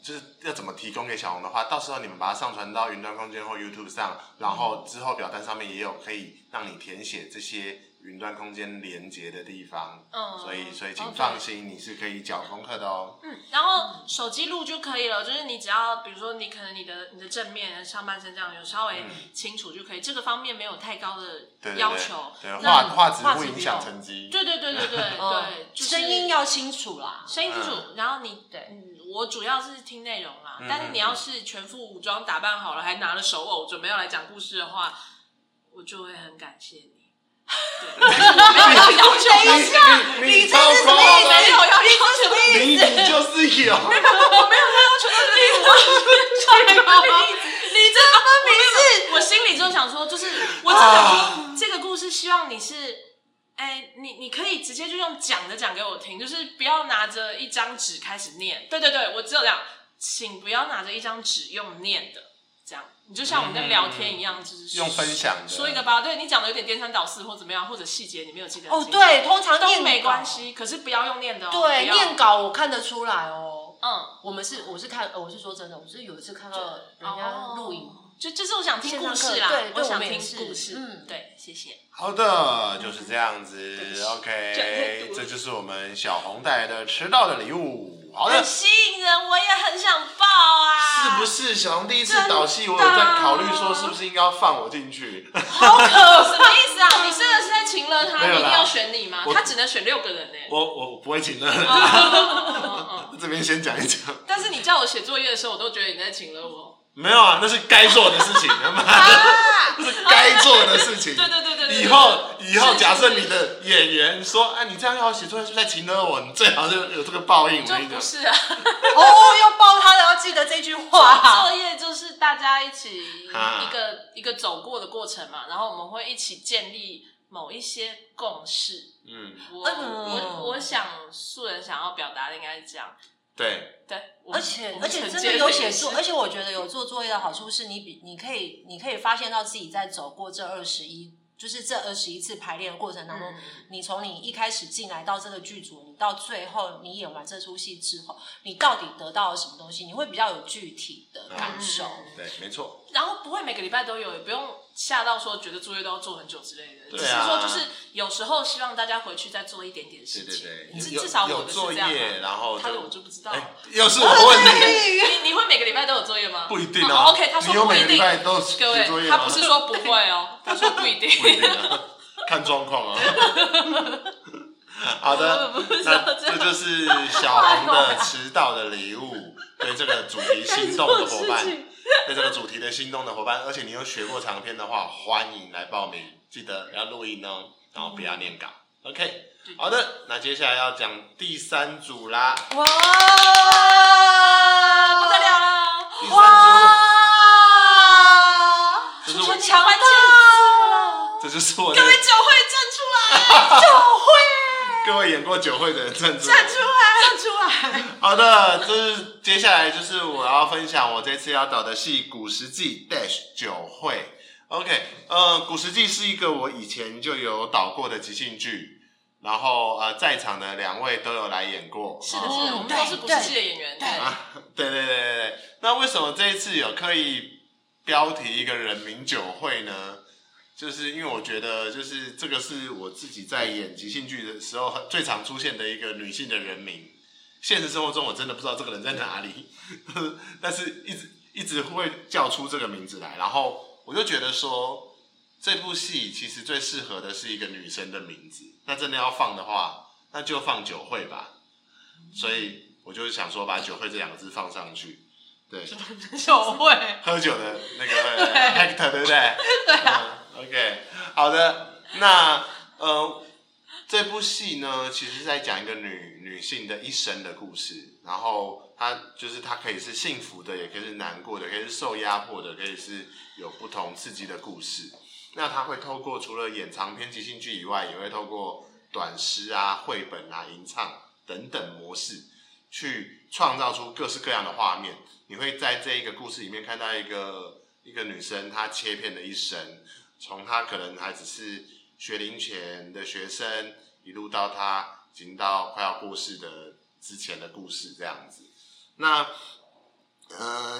就是要怎么提供给小红的话，到时候你们把它上传到云端空间或 YouTube 上，然后之后表单上面也有可以让你填写这些云端空间连接的地方。所以请放心，你是可以缴功课的哦。 然后手机录就可以了，就是你只要比如说你可能你的正面上半身这样有稍微清楚就可以，这个方面没有太高的要求。 对，画质不影响成绩。 对， 声音要清楚啦， 声音清楚。然后我主要是听内容啦，但是你要是全副武装打扮好了，还拿了手偶准备要来讲故事的话，我就会很感谢你。对，没有要要求一下， 你超夸张， 没有要要求， 你就是有， 我没有要求到这个地步，你这分明是，我心里就想说，就是我只想说这个故事，希望你是。你可以直接就用讲的讲给我听，就是不要拿着一张纸开始念。对，我只有这样，请不要拿着一张纸用念的，这样你就像我们在聊天一样，就是用分享的， 说一个吧。对你讲的有点颠三倒四或怎么样，或者细节你没有记得哦，对，通常都没关系，可是不要用念的哦。 对，念稿我看得出来哦。我是说真的，我是有一次看到人家录影。 就是我想听故事啦，我想听故事。对，谢谢。 好的，就是这样子。OK， 这就是我们小红带来的迟到的礼物。好的， 很吸引人，我也很想抱啊。 是不是小红第一次导戏，我有在考虑说是不是应该要放我进去？ 好可，什么意思啊？你真的是在情勒他，一定要选你吗？他只能选6个人呢。我不会情勒。这边先讲一讲。 但是你叫我写作业的时候，我都觉得你在情勒我。 没有啊，那是该做的事情，那是该做的事情。 对。 以后，假设你的演员说，你这样要写作业是在情勒我，你最好就有这个报应。 就不是啊。 要抱他的，要记得这句话。 作业就是大家一起一个走过的过程嘛，然后我们会一起建立某一些共识。我想素人想要表达的应该是这样。 对， 而且真的有写作，而且我觉得有做作业的好处是你可以发现到自己在走过这21次排练的过程当中，你从你一开始进来到这个剧组，你到最后你演完这出戏之后，你到底得到了什么东西，你会比较有具体的感受。 对，没错。 然后不会每个礼拜都有，也不用吓到说觉得作业都要做很久之类的。 对啊。 只是说就是有时候希望大家回去再做一点点事情。 对， 至少我的是这样。 有作业，然后他的我就不知道。 又是我问你， 你会每个礼拜都有作业吗？ 不一定啊。 OK， 他说不一定。 你有每个礼拜都写作业吗？ 他不是说不会哦，他说不一定。 不一定啊，看状况啊。好的，那这就是小红的迟到的礼物，对这个主题心动的伙伴，对这个主题的心动的伙伴，而且你有学过长篇的话，欢迎来报名，记得要录音哦，然后不要念稿。OK， 好的，那接下来要讲第3组啦。 哇，不得了了！ 第3组， 这是强关键字， 这就是我的各位酒会站出来，酒会。 各位演过酒会的人站出来！ 好的，接下来就是我要分享我这次要导的戏《古时记 - 酒会》。OK， 古时记是一个我以前就有导过的即兴剧，然后在场的2位都有来演过。 是的，我们都是古时记的演员。 对。那为什么这一次有刻意标题一个人名酒会呢？就是因为我觉得，就是这个是我自己在演即兴剧的时候最常出现的一个女性的人名。现实生活中我真的不知道这个人在哪里，但是一直会叫出这个名字来。然后我就觉得说，这部戏其实最适合的是一个女生的名字。那真的要放的话，那就放酒会吧。所以我就想说，把酒会这2个字放上去。对， 酒会喝酒的那个 Hector， 对不对？ 对啊。 OK， 好的，那这部戏呢，其实是在讲一个女性的一生的故事，然后她可以是幸福的，也可以是难过的，可以是受压迫的，可以是有不同刺激的故事。那她会透过除了演长篇即兴剧以外，也会透过短诗啊、绘本啊、吟唱等等模式，去创造出各式各样的画面。你会在这一个故事里面看到一个女生，她切片的一生。从他可能还只是学龄前的学生，一路到他已经到快要过世的之前的故事这样子。那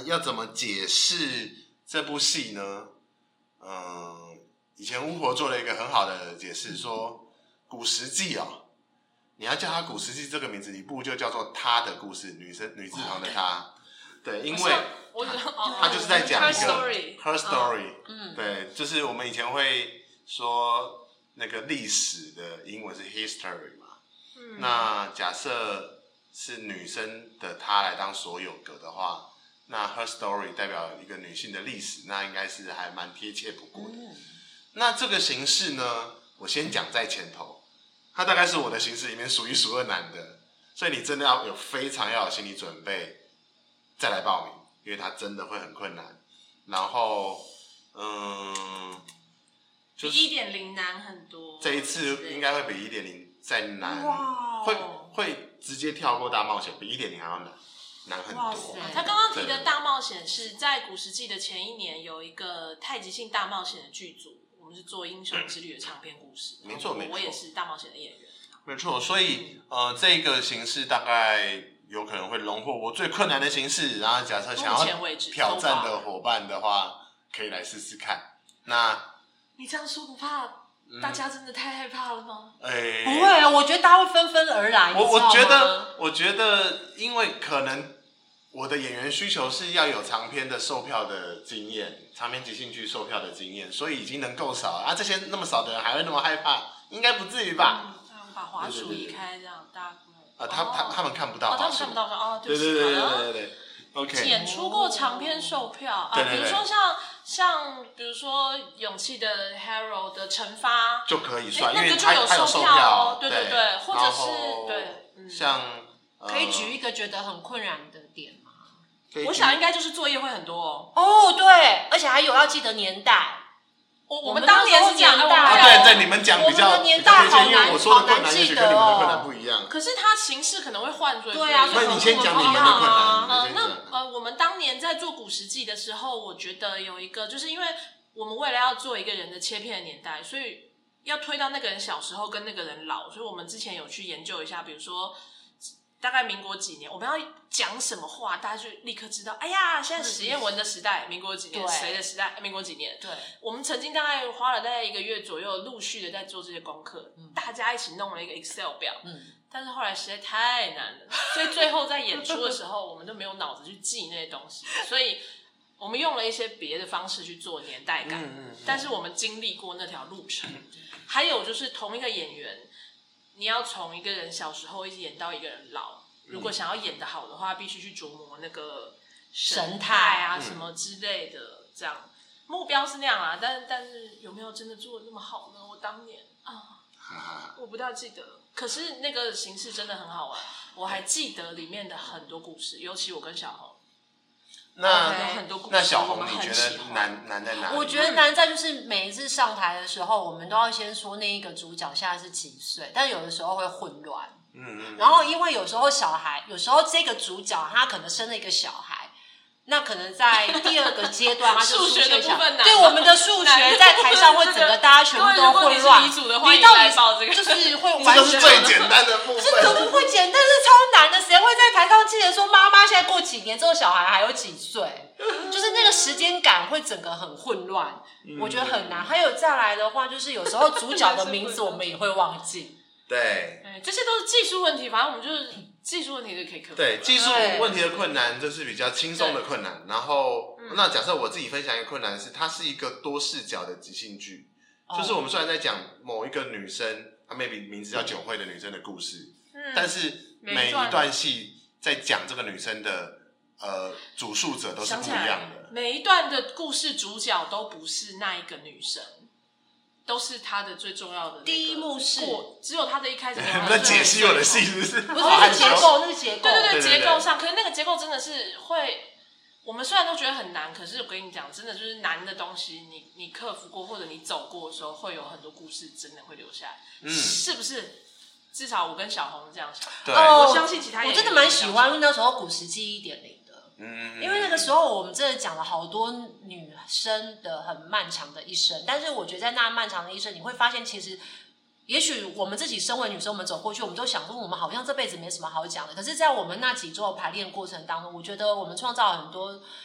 要怎么解释这部戏呢？以前巫婆做了一个很好的解释，说古时记你要叫它古时记这个名字，一部就叫做她的故事，女字旁的她。对，因为他就是在讲一个 her story，对，就是我们以前会说那个历史的英文是 history 嘛，那假设是女生的她来当所有格的话，那 her story 代表一个女性的历史，那应该是还蛮贴切不过的。那这个形式呢，我先讲在前头，它大概是我的形式里面数一数二难的，所以你真的要非常要有心理准备再来报名，因为它真的会很困难。然后， 比 1.0 难很多。 这一次应该会比 1.0 再难，会直接跳过大冒险，比 1.0 还要难很多。 他刚刚提的大冒险是在古时记的前一年有一个太极性大冒险的剧组，我们是做英雄之旅的长篇故事。 没错， 我也是大冒险的演员。 没错，所以这个形式大概有可能会荣获我最困难的形式，然后假设想要挑战的伙伴的话，可以来试试看。那你这样说不怕大家真的太害怕了吗？ 不会啊，我觉得大家会纷纷而来。 我觉得，因为可能我的演员需求是要有长篇的售票的经验，长篇即兴剧售票的经验，所以已经能够少了啊。这些那么少的人还会那么害怕，应该不至于吧？ 把滑鼠移开，这样大家不他们看不到， 他们看不到哦， 对。OK， 演出过长篇售票啊，比如说像比如说勇气的 Hero 的惩罚就可以算， 因为它有售票， 对，或者是像可以举一个觉得很困扰的点吗？ 我想应该就是作业会很多对，而且还有要记得年代。 我们当年是讲对，你们讲比较年代好难， 因为我说的困难也许跟你们的困难不一样。 可是它形式可能会换， 对啊， 所以你先讲你们的困难。我们当年在做古时记的时候，我觉得有一个，就是因为我们为了要做一个人的切片的年代，所以要推到那个人小时候跟那个人老，所以我们之前有去研究一下，比如说大概民国几年，我们要讲什么话，大家就立刻知道。哎呀，现在史艳文的时代，民国几年？谁的时代？民国几年？ 对， 我们曾经大概花了大概1个月左右，陆续的在做这些功课，大家一起弄了一个 Excel 表。但是后来实在太难了，所以最后在演出的时候，我们都没有脑子去记那些东西，所以我们用了一些别的方式去做年代感。但是我们经历过那条路程，还有就是同一个演员。你要从一个人小时候一直演到一个人老，如果想要演得好的话，必须去琢磨那个神态啊什么之类的，这样目标是那样啊。但是有没有真的做得那么好呢？我当年我不大记得，可是那个形式真的很好玩，我还记得里面的很多故事，尤其我跟小红。 那小红，你觉得难在哪里？ 我觉得难在就是每一次上台的时候，我们都要先说那一个主角现在是几岁，但有的时候会混乱。然后因为有时候有时候这个主角他可能生了一个小孩，那可能在第2个阶段，他就数学的部分难。 对，我们的数学在台上会整个大家全部都混乱。 你到底就是会完全这是最简单的部分， 这怎么会简单？是超难的，谁会在台上记得说妈妈现在过几年之后小孩还有几岁？就是那个时间感会整个很混乱，我觉得很难。还有再来的话，就是有时候主角的名字我们也会忘记。 对， 这些都是技术问题，反正我们就是技术问题就可以克服。 对，技术问题的困难就是比较轻松的困难。然后，那假设我自己分享一个困难是，它是一个多视角的即兴剧，就是我们虽然在讲某一个女生，她 maybe 名字叫九惠的女生的故事，但是每一段戏在讲这个女生的主述者都是不一样的。 每一段的故事主角都不是那一个女生。都是他的最重要的第一幕是只有他的一开始。 你在解析我的戏是不是？ 不是那个结构，那个结构。 对，结构上，可是那个结构真的是会，我们虽然都觉得很难，可是我跟你讲，真的就是难的东西，你克服过或者你走过的时候，会有很多故事真的会留下来，是不是？至少我跟小红这样想。 对， 我相信其他演员我真的蛮喜欢那时候古时记1.0。因为那个时候我们真的讲了好多女生的很漫长的一生，但是我觉得在那漫长的一生，你会发现其实也许我们自己身为女生，我们走过去，我们都想说我们好像这辈子没什么好讲的，可是在我们那几周的排练过程当中，我觉得我们创造了很多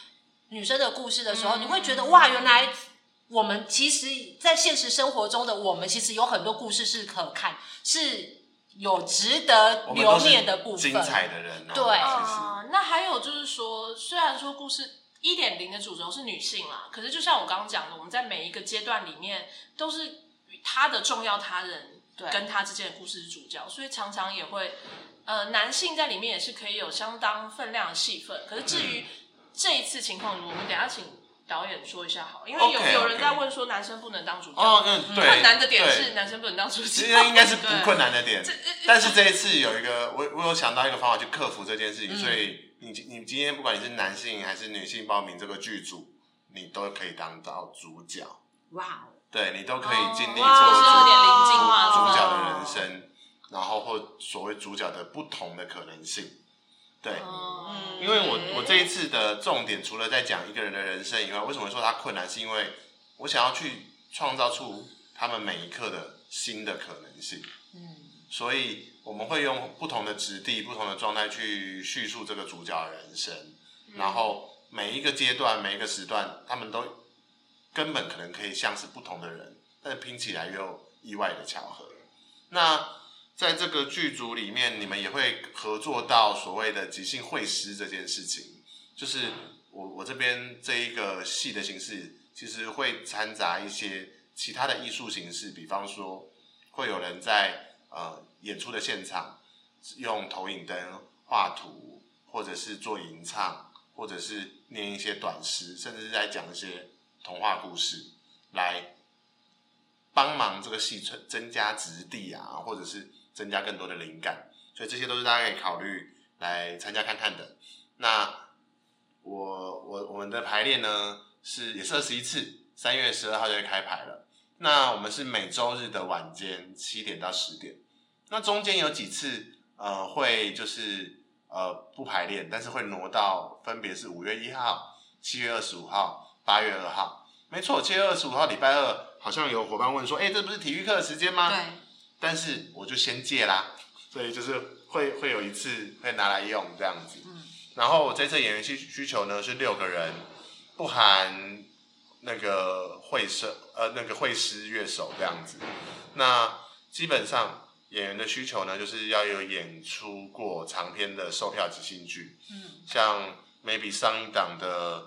女生的故事的时候，你会觉得哇，原来我们其实在现实生活中的我们其实有很多故事是可看，是有值得留念的部分， 精彩的人对那还有就是说，虽然说故事1.0的主轴是女性啦，可是就像我刚刚讲的，我们在每一个阶段里面都是与他的重要他人跟他之间的故事是主角，所以常常也会男性在里面也是可以有相当分量的戏份。可是至于这一次情况，我们等一下请导演说一下好，因为有人在问说男生不能当主角， 对， 困难的点是男生不能当主角， 应该是不困难的点。但是这一次有一个，我有想到一个方法去克服这件事情，所以你今天不管你是男性还是女性报名这个剧组，你都可以当到主角。 哇， 对，你都可以经历做主角的人生，然后或所谓主角的不同的可能性。对，因为我这一次的重点除了在讲一个人的人生以外，为什么说它困难？是因为我想要去创造出他们每一刻的新的可能性。所以我们会用不同的质地、不同的状态去叙述这个主角的人生，然后每一个阶段、每一个时段，他们都根本可能可以像是不同的人，但是拼起来又意外的巧合。那在这个剧组里面，你们也会合作到所谓的即兴会师这件事情，就是我这边这一个戏的形式，其实会掺杂一些其他的艺术形式，比方说会有人在演出的现场用投影灯、画图，或者是做吟唱，或者是念一些短诗，甚至是在讲一些童话故事，来帮忙这个戏增加质地啊，或者是增加更多的灵感，所以这些都是大家可以考虑来参加看看的。那我们的排练呢也是21次，3月12号就会开排了。那我们是每周日的晚间7点到10点。那中间有几次会就是不排练，但是会挪到分别是5月1号、7月25号、8月2号。没错，7月25号礼拜二，好像有伙伴问说，这不是体育课的时间吗？ 对。 但是我就先借啦，所以就是会有一次会拿来用这样子。然后我这次演员需求呢是6个人，不含那个会师乐手这样子。那基本上演员的需求呢，就是要有演出过长篇的售票即兴剧，像 maybe 上一档的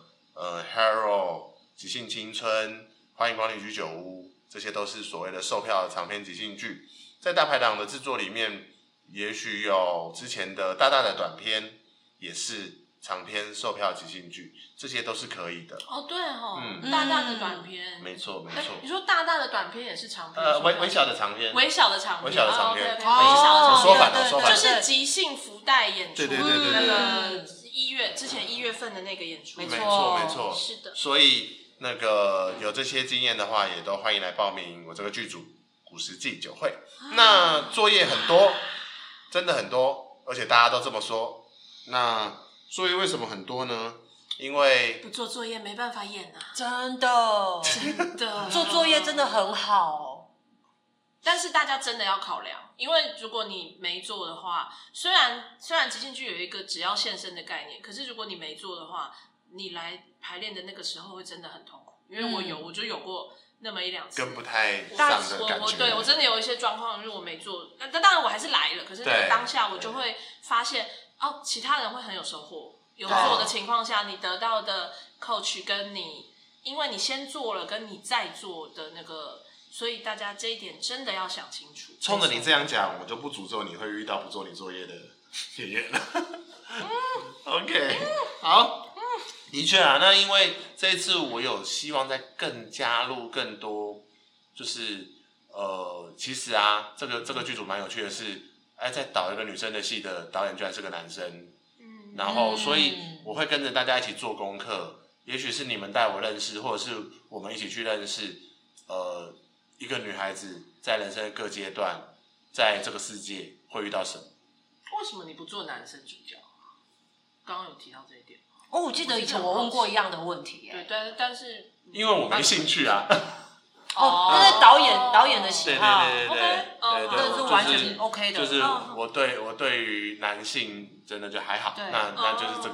Hero 即兴青春、欢迎光临居酒屋，这些都是所谓的售票的长篇即兴剧。在大排档的制作里面，也许有之前的大大的短篇，也是长篇售票即兴剧，这些都是可以的。 对大大的短篇， 没错。 你说大大的短篇也是长篇？ 微小的长篇， 微小的长篇， 微小的长篇， 说反了， 就是即兴福袋演出， 对， 那个之前1月份的那个演出， 没错， 是的。 所以那个有这些经验的话，也都欢迎来报名我这个剧组古时记酒会。那作业很多，真的很多，而且大家都这么说。那作业为什么很多呢？因为不做作业没办法演啊， 真的做作业真的很好， 但是大家真的要考量，因为如果你没做的话，虽然即兴剧有一个只要现身的概念，可是如果你没做的话，你来排练的那个时候会真的很痛苦。因为我就有过那么1-2次跟不太上的感觉。 对，我真的有一些状况，就是我没做，但当然我还是来了，可是那个当下我就会发现其他人会很有收获。有做的情况下，你得到的 coach 跟你，因为你先做了，跟你再做的那个，所以大家这一点真的要想清楚。 冲着你这样讲，我就不诅咒你会遇到不做你作业的演员了。OK， 好，的确啊，那因为这一次我有希望再更加入更多，就是其实啊，这个剧组蛮有趣的是，在导一个女生的戏的导演居然是个男生。然后，所以我会跟着大家一起做功课，也许是你们带我认识，或者是我们一起去认识，一个女孩子在人生的各阶段，在这个世界会遇到什么？ 为什么你不做男生主角？刚刚有提到这一点。 我记得以前我问过一样的问题。 对，但是因为我没兴趣啊。 那是导演的喜好。 对， 是完全 OK 的。 就是我对于男性真的就还好，那就是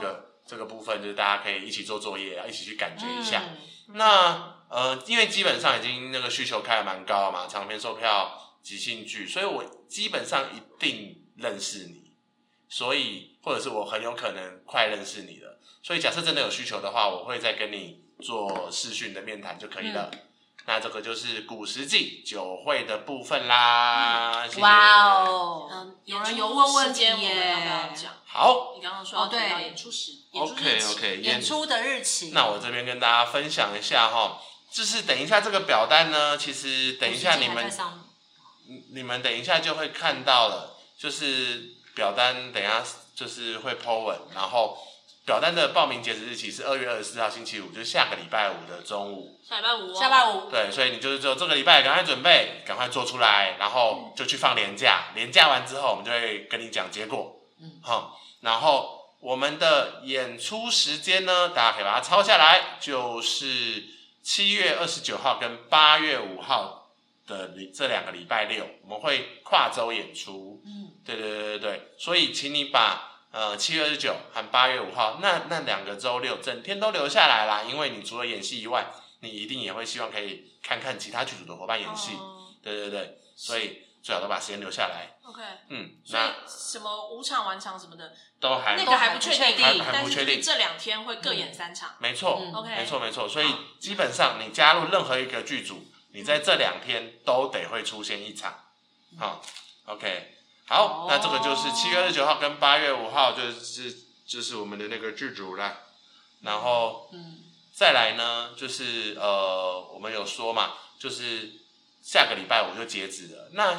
这个部分就是大家可以一起做作业，一起去感觉一下。那因为基本上已经那个需求开得蛮高嘛，长篇售票、即兴剧，所以我基本上一定认识你，所以或者是我很有可能快认识你了，所以假设真的有需求的话，我会再跟你做视讯的面谈就可以了。那这个就是古时记酒会的部分啦。谢谢。 哇哦， 有人有问问题耶，要不要讲？ 好， 你刚刚说对演出时 ，OK， 演出的日期。 那我这边跟大家分享一下哈，就是等一下这个表单呢，其实等一下你们等一下就会看到了，就是表单等一下就是会 po 文，然后表单的报名截止日期是2月24号星期五，就是下个礼拜五的中午。 下礼拜五。 对，所以你就是只有这个礼拜赶快准备，赶快做出来，然后就去放连假。连假完之后，我们就会跟你讲结果。然后我们的演出时间呢，大家可以把它抄下来，就是7月29号跟8月5号的这2个礼拜六，我们会跨周演出。对，所以请你把7月29和8月5号那2个周六整天都留下来啦，因为你除了演戏以外，你一定也会希望可以看看其他剧组的伙伴演戏。对，所以最好都把时间留下来。 OK， 所以什么5场晚场什么的都还那个还不确定， 还不确定， 但是这2天会各演3场。 没错 ，OK， 没错。所以基本上你加入任何一个剧组，你在这2天都得会出现1场。OK， 好，那这个就是7月29号跟8月5号，就是我们的那个剧组啦。然后再来呢，就是我们有说嘛，就是下个礼拜五就截止了。那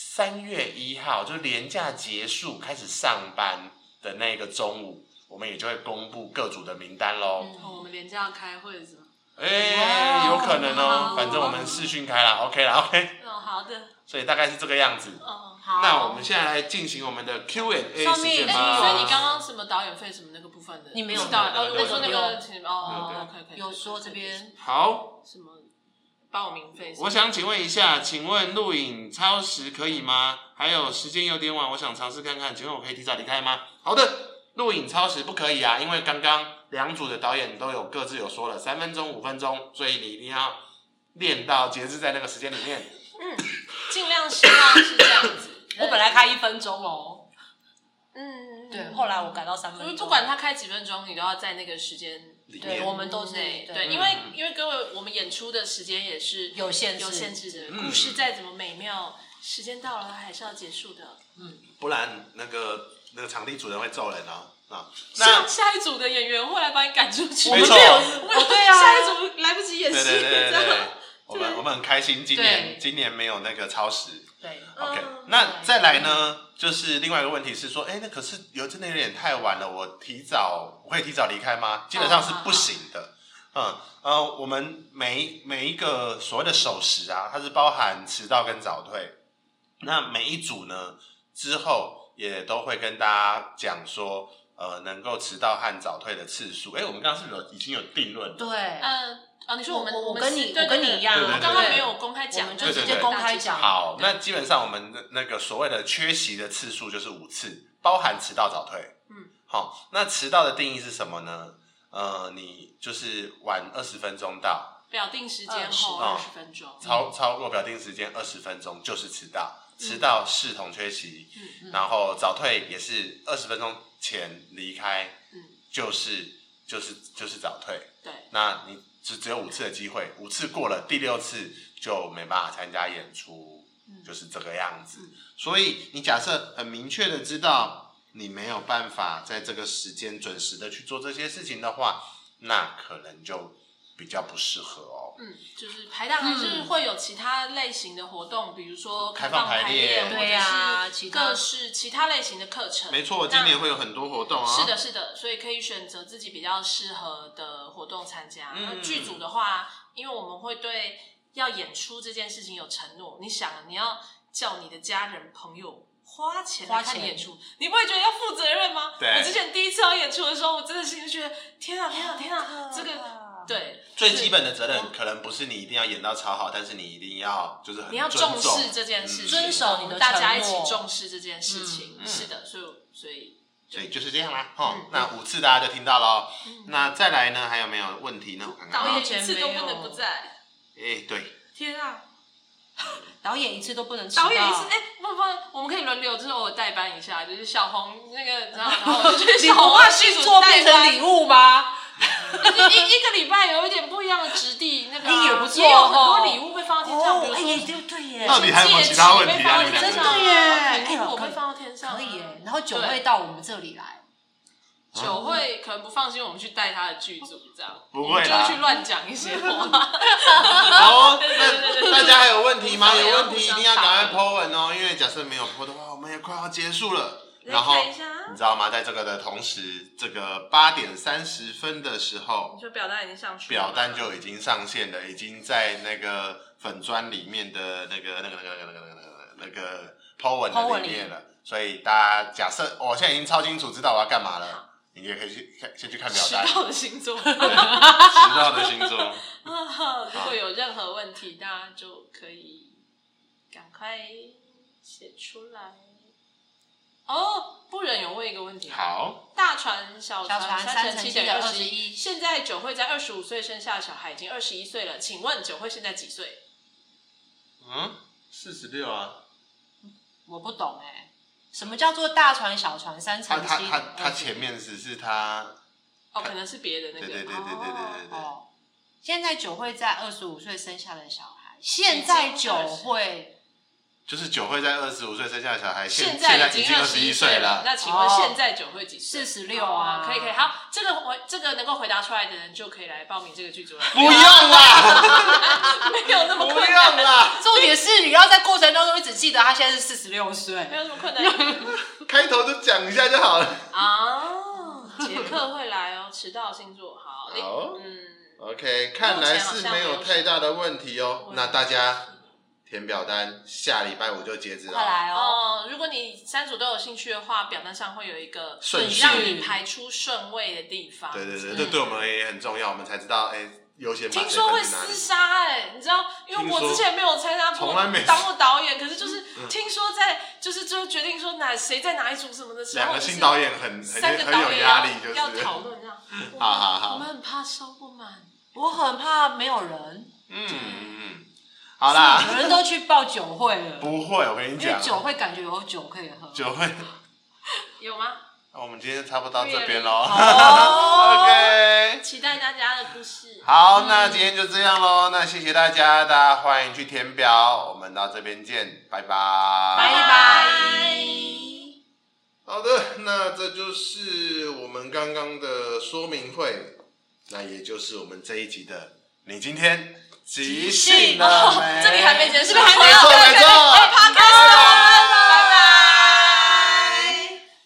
3月1号就是连假结束开始上班的那个中午，我们也就会公布各组的名单咯。 我们连假要开会是吗？ 有可能哦，反正我们视讯开啦 OK 啦 OK。 好的。 所以大概是这个样子。 好。 那我们现在来进行我们的 Q&A 时间吧。 所以你刚刚什么导演费什么那个部分的， 你没有导演我说那个 OK，有说这边好什么报名费？ 我想请问一下，请问录影超时可以吗？还有时间有点晚，我想尝试看看，请问我可以提早离开吗？好的，录影超时不可以啊，因为刚刚2组的导演都有各自有说了3分钟、5分钟，所以你一定要练到节制在那个时间里面。 尽量希望是这样子。 我本来开1分钟哦。对，后来我改到3分钟。 不管他开几分钟，你都要在那个时间里面。 对，我们都是对，因为各位，我们演出的时间也是有限制的。故事再怎么美妙，时间到了还是要结束的。 不然那个场地主人会揍人哦。 那下一组的演员会来把你赶出去。 没错， 对啊， 下一组来不及演戏， 对。我们很开心，今年没有那个超时。 对 ，OK。那再来呢，就是另外一个问题是说，那可是真的有点太晚了，我可以提早离开吗？基本上是不行的。我们每一个所谓的守时啊，它是包含迟到跟早退。那每一组呢之后也都会跟大家讲说，能够迟到和早退的次数。我们刚刚是不是已经有定论了？ 对， 你说我跟你一样， 我刚刚没有公开讲， 就直接公开讲。 好，那基本上我们的那个所谓的缺席的次数就是5次，包含迟到早退。好，那迟到的定义是什么呢？你就是晚20分钟到， 表定时间后20分钟， 超过表定时间20分钟就是迟到。迟到视同缺席，然后早退也是20分钟前离开，就是早退。 对， 那你只有5次的机会，5次过了，第6次就没办法参加演出，就是这个样子。所以你假设很明确的知道你没有办法在这个时间准时的去做这些事情的话，那可能就比较不适合哦。 就是排档还是会有其他类型的活动，比如说开放排练， 对啊， 各式其他类型的课程。 没错，今年会有很多活动啊。 是的，所以可以选择自己比较适合的活动参加。剧组的话，因为我们会对要演出这件事情有承诺，你想你要叫你的家人朋友花钱来看演出，你不会觉得要负责任吗？我之前第一次要演出的时候，我真的心里觉得天啊，这个。对， 最基本的责任可能不是你一定要演到超好，但是你一定要就是很你要重视这件事情， 遵守你的大家一起重视这件事情。是的，所以所以就是这样啦，那5次大家就听到了。那再来呢，还有没有问题呢？我看看。 导演1次都不能不在。 对。 天啊！ 导演1次都不能迟到。 导演1次，不，我们可以轮流，就是偶尔代班一下，就是小红那个，然后我就去小红的剧组变成礼物吗？ 一个礼拜有一点不一样的质地，那个也不错， 也有很多礼物会放到天上，比如说对耶， 到底还有没有其他问题啊？ 真的耶， 我会放到天上， 可以耶。然后酒会到我们这里来。 酒会可能不放心我们去带他的剧组，这样不会啦， 就去乱讲一些话。 好，那大家还有问题吗？有问题一定要赶快 po 文哦，因为假设没有 po 的话，我们也快要结束了。然后你知道吗？在这个的同时，这个8点30分的时候， 你说表单已经上去了， 表单就已经上线了，已经在那个粉专里面的那个 po 文的里面了。所以大家假设我现在已经超清楚知道我要干嘛了。你也可以先去看表单。 迟到的星座， 迟到的星座。 如果有任何问题，大家就可以赶快写出来。不忍有问一个问题。 好。 大船小船3乘7等于 21。 现在酒会在25岁生下的小孩已经21岁了，请问酒会现在几岁 ？46啊。 我不懂什么叫做大船小船3乘7？ 他前面只是他可能是别的那个。 对。 现在酒会在25岁生下的小孩，现在酒会就是酒会在25岁生下的小孩， 现在已经 21岁了。 那请问现在酒会几岁 ？46啊。 可以，好，这个能够回答出来的人就可以来报名这个剧组了。 不用啦， 没有那么困难。 不用啦， 重点是你要在过程当中一直记得他现在是46岁， 没有什么困难。 开头就讲一下就好了。 杰克会来哦，迟到星座好。 OK， 看来是没有太大的问题哦。那大家填表单，下礼拜5就截止了。 快来哦！ 如果你3组都有兴趣的话，表单上会有一个顺序， 让你排出顺位的地方。 对，这对我们也很重要，我们才知道优先把谁分听说会厮杀你知道，因为我之前没有参加过，当过导演，可是就是听说就决定说谁在哪一组什么的时候 ，2个新导演很有压力，就是要讨论这样。 好， 我们很怕烧不满， 我很怕没有人。 好啦， 有人都去报酒会了。 不会，我跟你讲， 因为酒会感觉有酒可以喝。 酒会有吗？ 我们今天差不多到这边咯。 OK， 期待大家的故事。 好，那今天就这样咯。那谢谢大家，大家欢迎去填表。我们到这边见，拜拜。 拜拜。 好的，那这就是我们刚刚的说明会，那也就是我们这一集的你今天即兴了没？ 这里还没结束， 没错。